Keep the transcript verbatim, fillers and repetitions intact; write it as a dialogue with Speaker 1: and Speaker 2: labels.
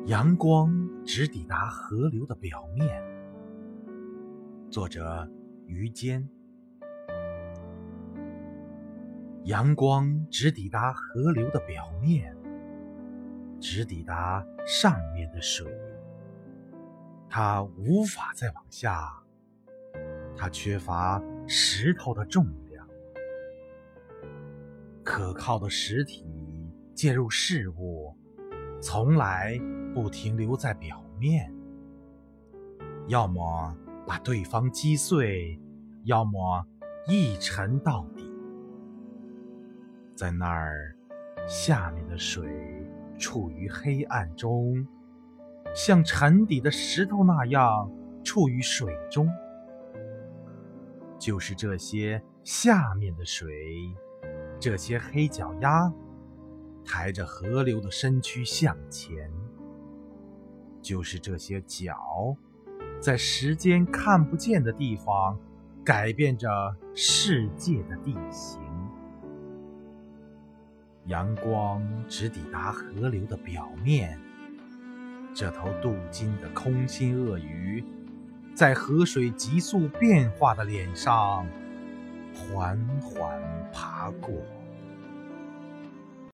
Speaker 1: 阳光只抵达河流的表面。作者于坚。阳光只抵达河流的表面，只抵达上面的水，它无法再往下，它缺乏石头的重量。可靠的实体介入事物，从来不停留在表面，要么把对方击碎，要么一沉到底。在那儿，下面的水处于黑暗中，像沉底的石头那样处于水中。就是这些下面的水，这些黑脚丫抬着河流的身躯向前，就是这些脚在时间看不见的地方改变着世界的地形。阳光只抵达河流的表面，这头镀金的空心鳄鱼在河水急速变化的脸上缓缓爬过。